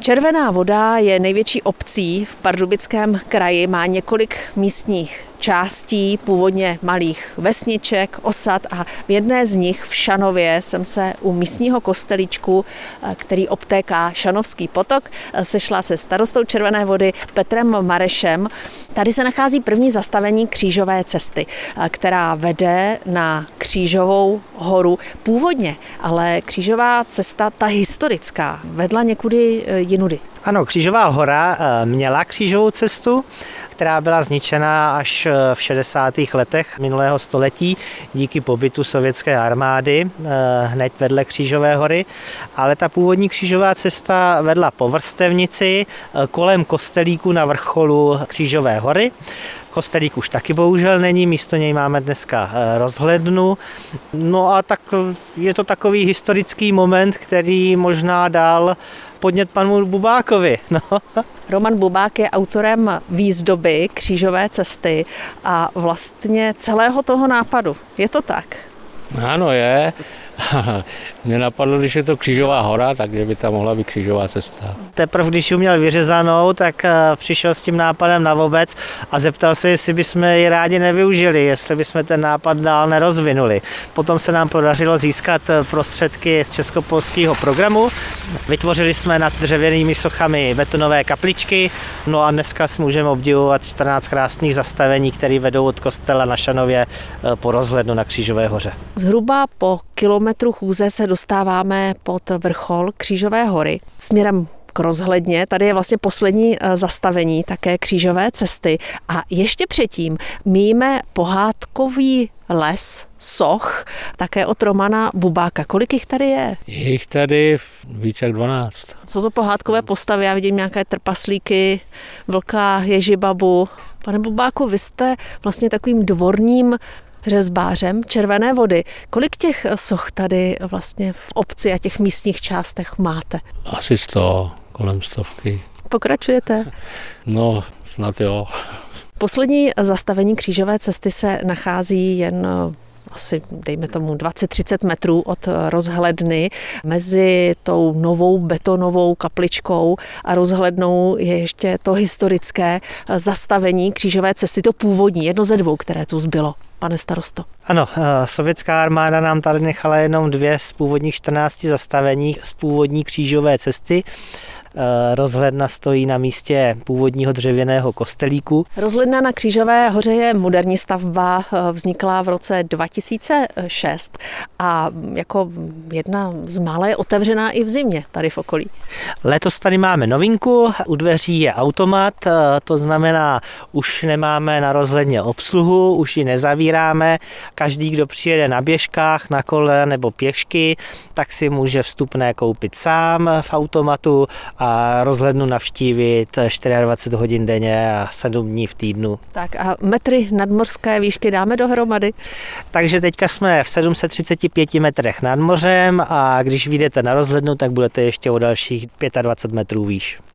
Červená Voda je největší obcí v Pardubickém kraji, má několik místních částí, původně malých vesniček, osad a v jedné z nich v Šanově jsem se u místního kostelíčku, který obtéká Šanovský potok, sešla se starostou Červené Vody Petrem Marešem. Tady se nachází první zastavení křížové cesty, která vede na Křížovou horu. Původně, ale křížová cesta, ta historická, vedla někudy jinudy. Ano, Křížová hora měla křížovou cestu, která byla zničena až v 60. letech minulého století díky pobytu sovětské armády hned vedle Křížové hory, ale ta původní křížová cesta vedla po vrstevnici kolem kostelíku na vrcholu Křížové hory. Kostelík už taky bohužel není, místo něj máme dneska rozhlednu. No a tak je to takový historický moment, který možná dal podnět panu Bubákovi. No. Roman Bubák je autorem výzdoby křížové cesty a vlastně celého toho nápadu. Je to tak? Ano, je. Mě napadlo, když je to Křížová hora, takže by tam mohla být křížová cesta. Teprve když ji měl vyřezanou, tak přišel s tím nápadem na obec a zeptal se, jestli bychom ji rádi nevyužili, jestli bychom ten nápad dál nerozvinuli. Potom se nám podařilo získat prostředky z českopolského programu. Vytvořili jsme nad dřevěnými sochami betonové kapličky, no a dneska můžeme obdivovat 14 krásných zastavení, které vedou od kostela na Šanově po rozhlednu na Křížové hoře. Zhruba po kilometru chůze se dostáváme pod vrchol Křížové hory směrem k rozhledně. Tady je vlastně poslední zastavení také křížové cesty a ještě předtím míme pohádkový les soch, také od Romana Bubáka. Kolik jich tady je? Je jich tady více jak 12. Jsou to pohádkové postavy, já vidím nějaké trpaslíky, vlka, ježibabu. Pane Bubáku, vy jste vlastně takovým dvorním řezbářem Červené Vody. Kolik těch soch tady vlastně v obci a těch místních částech máte? Asi 100, kolem 100. Pokračujete? No, snad jo. Poslední zastavení křížové cesty se nachází jen asi, dejme tomu, 20-30 metrů od rozhledny. Mezi tou novou betonovou kapličkou a rozhlednou je ještě to historické zastavení křížové cesty, to původní, jedno ze dvou, které tu zbylo. Pane starosto. Ano, sovětská armáda nám tady nechala jenom 2 z původních 14 zastavení z původní křížové cesty. Rozhledna stojí na místě původního dřevěného kostelíku. Rozhledna na Křížové hoře je moderní stavba, vznikla v roce 2006 a jako jedna z mála je otevřená i v zimě tady v okolí. Letos tady máme novinku, u dveří je automat, to znamená, už nemáme na rozhledně obsluhu, už ji nezavíráme. Každý, kdo přijede na běžkách, na kole nebo pěšky, tak si může vstupné koupit sám v automatu a rozhlednu navštívit 24 hodin denně a 7 dní v týdnu. Tak a metry nadmořské výšky dáme dohromady? Takže teďka jsme v 735 metrech nad mořem a když vyjdete na rozhlednu, tak budete ještě o dalších 25 metrů výš.